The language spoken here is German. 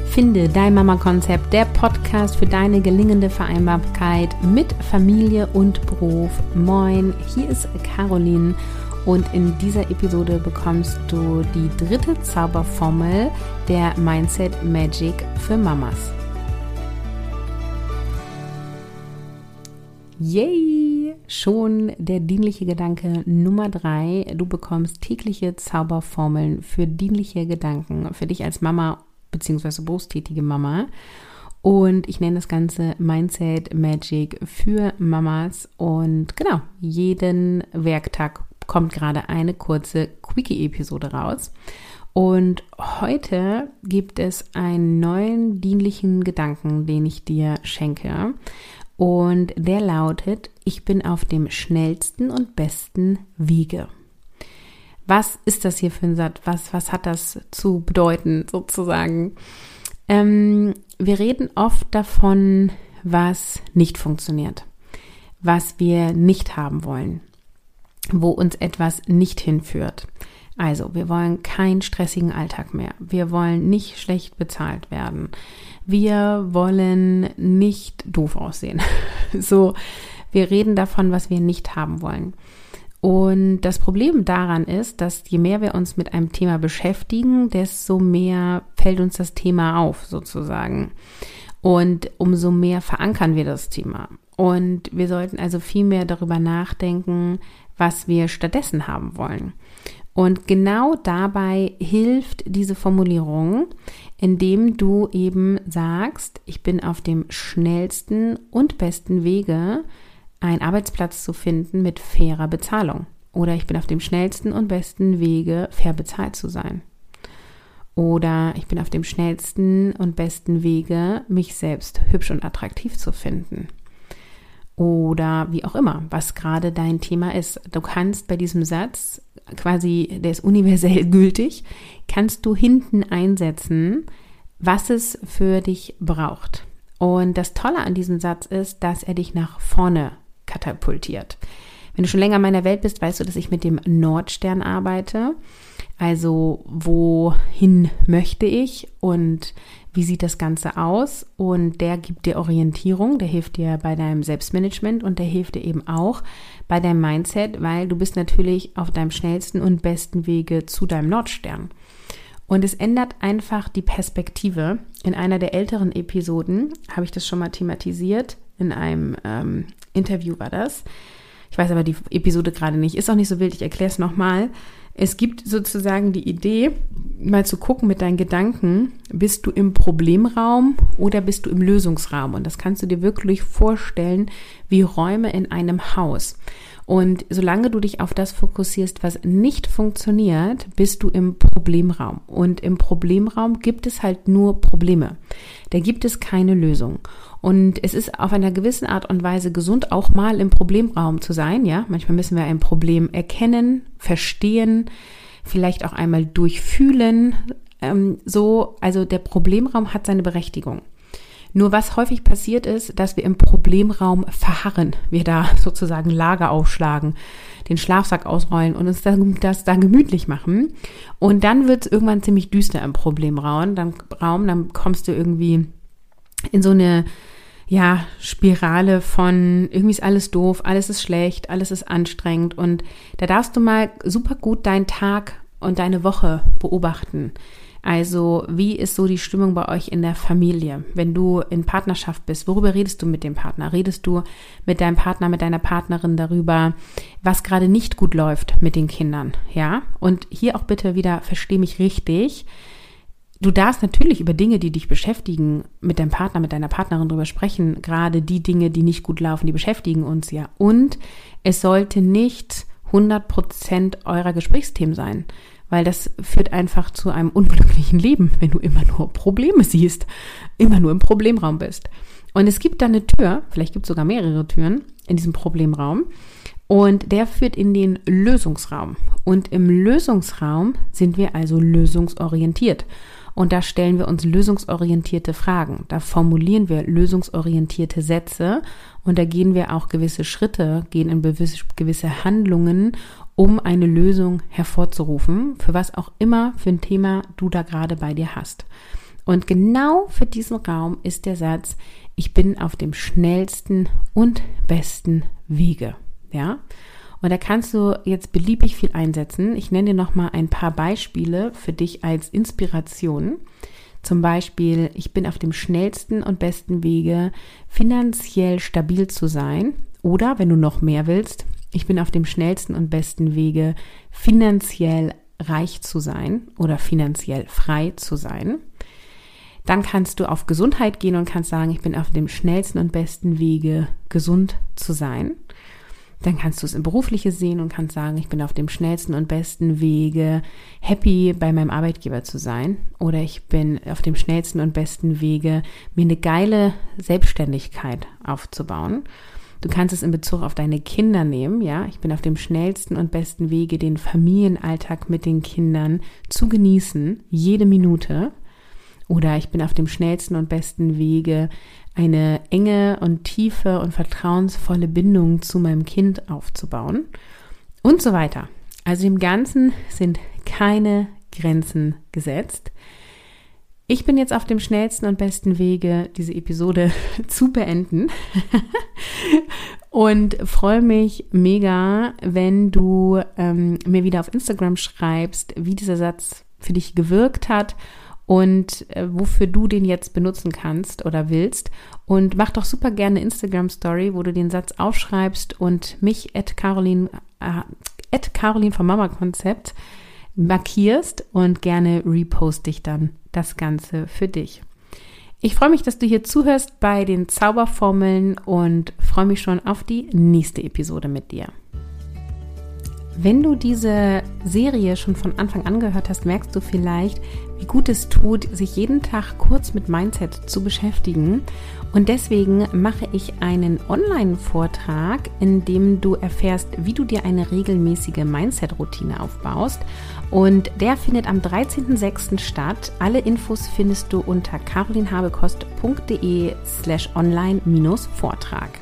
Finde dein Mama-Konzept, der Podcast für deine gelingende Vereinbarkeit mit Familie und Beruf. Moin, hier ist Caroline und in dieser Episode bekommst du die 3. Zauberformel der Mindset Magic für Mamas. Yay! Schon der dienliche Gedanke Nummer 3. Du bekommst tägliche Zauberformeln für dienliche Gedanken für dich als Mama bzw. berufstätige Mama. Und ich nenne das Ganze Mindset Magic für Mamas. Und genau, jeden Werktag kommt gerade eine kurze Quickie-Episode raus. Und heute gibt es einen neuen dienlichen Gedanken, den ich dir schenke. Und der lautet: Ich bin auf dem schnellsten und besten Wege. Was ist das hier für ein Satz? Was hat das zu bedeuten sozusagen? Wir reden oft davon, was nicht funktioniert, was wir nicht haben wollen, wo uns etwas nicht hinführt. Also, wir wollen keinen stressigen Alltag mehr. Wir wollen nicht schlecht bezahlt werden. Wir wollen nicht doof aussehen. So, wir reden davon, was wir nicht haben wollen. Und das Problem daran ist, dass je mehr wir uns mit einem Thema beschäftigen, desto mehr fällt uns das Thema auf, sozusagen. Und umso mehr verankern wir das Thema. Und wir sollten also viel mehr darüber nachdenken, was wir stattdessen haben wollen. Und genau dabei hilft diese Formulierung, indem du eben sagst: Ich bin auf dem schnellsten und besten Wege, einen Arbeitsplatz zu finden mit fairer Bezahlung. Oder ich bin auf dem schnellsten und besten Wege, fair bezahlt zu sein. Oder ich bin auf dem schnellsten und besten Wege, mich selbst hübsch und attraktiv zu finden. Oder wie auch immer, was gerade dein Thema ist. Du kannst bei diesem Satz, quasi, der ist universell gültig, kannst du hinten einsetzen, was es für dich braucht. Und das Tolle an diesem Satz ist, dass er dich nach vorne katapultiert. Wenn du schon länger in meiner Welt bist, weißt du, dass ich mit dem Nordstern arbeite. Also wohin möchte ich und wie sieht das Ganze aus? Und der gibt dir Orientierung, der hilft dir bei deinem Selbstmanagement und der hilft dir eben auch bei deinem Mindset, weil du bist natürlich auf deinem schnellsten und besten Wege zu deinem Nordstern. Und es ändert einfach die Perspektive. In einer der älteren Episoden habe ich das schon mal thematisiert. In einem Interview war das. Ich weiß aber die Episode gerade nicht. Ist auch nicht so wild, ich erkläre es nochmal. Es gibt sozusagen die Idee, mal zu gucken mit deinen Gedanken, bist du im Problemraum oder bist du im Lösungsraum? Und das kannst du dir wirklich vorstellen wie Räume in einem Haus. Und solange du dich auf das fokussierst, was nicht funktioniert, bist du im Problemraum. Und im Problemraum gibt es halt nur Probleme. Da gibt es keine Lösung. Und es ist auf einer gewissen Art und Weise gesund, auch mal im Problemraum zu sein. Ja, manchmal müssen wir ein Problem erkennen, verstehen, vielleicht auch einmal durchfühlen. Also der Problemraum hat seine Berechtigung. Nur was häufig passiert ist, dass wir im Problemraum verharren, wir da sozusagen Lager aufschlagen, den Schlafsack ausrollen und uns das da gemütlich machen. Und dann wird es irgendwann ziemlich düster im Problemraum. Dann kommst du irgendwie in so eine Spirale von irgendwie ist alles doof, alles ist schlecht, alles ist anstrengend. Und da darfst du mal super gut deinen Tag und deine Woche beobachten. Also wie ist so die Stimmung bei euch in der Familie? Wenn du in Partnerschaft bist, worüber redest du mit dem Partner? Redest du mit deinem Partner, mit deiner Partnerin darüber, was gerade nicht gut läuft mit den Kindern? Ja? Und hier auch bitte wieder, versteh mich richtig. Du darfst natürlich über Dinge, die dich beschäftigen, mit deinem Partner, mit deiner Partnerin drüber sprechen. Gerade die Dinge, die nicht gut laufen, die beschäftigen uns ja. Und es sollte nicht 100% eurer Gesprächsthemen sein. Weil das führt einfach zu einem unglücklichen Leben, wenn du immer nur Probleme siehst, immer nur im Problemraum bist. Und es gibt da eine Tür, vielleicht gibt es sogar mehrere Türen in diesem Problemraum und der führt in den Lösungsraum. Und im Lösungsraum sind wir also lösungsorientiert. Und da stellen wir uns lösungsorientierte Fragen. Da formulieren wir lösungsorientierte Sätze und da gehen wir auch gewisse Schritte, gehen in gewisse Handlungen, um eine Lösung hervorzurufen, für was auch immer für ein Thema du da gerade bei dir hast. Und genau für diesen Raum ist der Satz, ich bin auf dem schnellsten und besten Wege. Ja? Und da kannst du jetzt beliebig viel einsetzen. Ich nenne dir nochmal ein paar Beispiele für dich als Inspiration. Zum Beispiel, ich bin auf dem schnellsten und besten Wege, finanziell stabil zu sein. Oder, wenn du noch mehr willst, ich bin auf dem schnellsten und besten Wege, finanziell reich zu sein oder finanziell frei zu sein. Dann kannst du auf Gesundheit gehen und kannst sagen, ich bin auf dem schnellsten und besten Wege, gesund zu sein. Dann kannst du es im Berufliche sehen und kannst sagen, ich bin auf dem schnellsten und besten Wege, happy bei meinem Arbeitgeber zu sein. Oder ich bin auf dem schnellsten und besten Wege, mir eine geile Selbstständigkeit aufzubauen. Du kannst es in Bezug auf deine Kinder nehmen, ja. Ich bin auf dem schnellsten und besten Wege, den Familienalltag mit den Kindern zu genießen, jede Minute. Oder ich bin auf dem schnellsten und besten Wege, eine enge und tiefe und vertrauensvolle Bindung zu meinem Kind aufzubauen und so weiter. Also dem Ganzen sind keine Grenzen gesetzt. Ich bin jetzt auf dem schnellsten und besten Wege, diese Episode zu beenden und freue mich mega, wenn du mir wieder auf Instagram schreibst, wie dieser Satz für dich gewirkt hat und wofür du den jetzt benutzen kannst oder willst. Und mach doch super gerne eine Instagram-Story, wo du den Satz aufschreibst und mich @Caroline vom Mama Konzept markierst und gerne reposte ich dann das Ganze für dich. Ich freue mich, dass du hier zuhörst bei den Zauberformeln und freue mich schon auf die nächste Episode mit dir. Wenn du diese Serie schon von Anfang an gehört hast, merkst du vielleicht, wie gut es tut, sich jeden Tag kurz mit Mindset zu beschäftigen. Und deswegen mache ich einen Online-Vortrag, in dem du erfährst, wie du dir eine regelmäßige Mindset-Routine aufbaust. Und der findet am 13.06. statt. Alle Infos findest du unter carolinhabekost.de/online-Vortrag.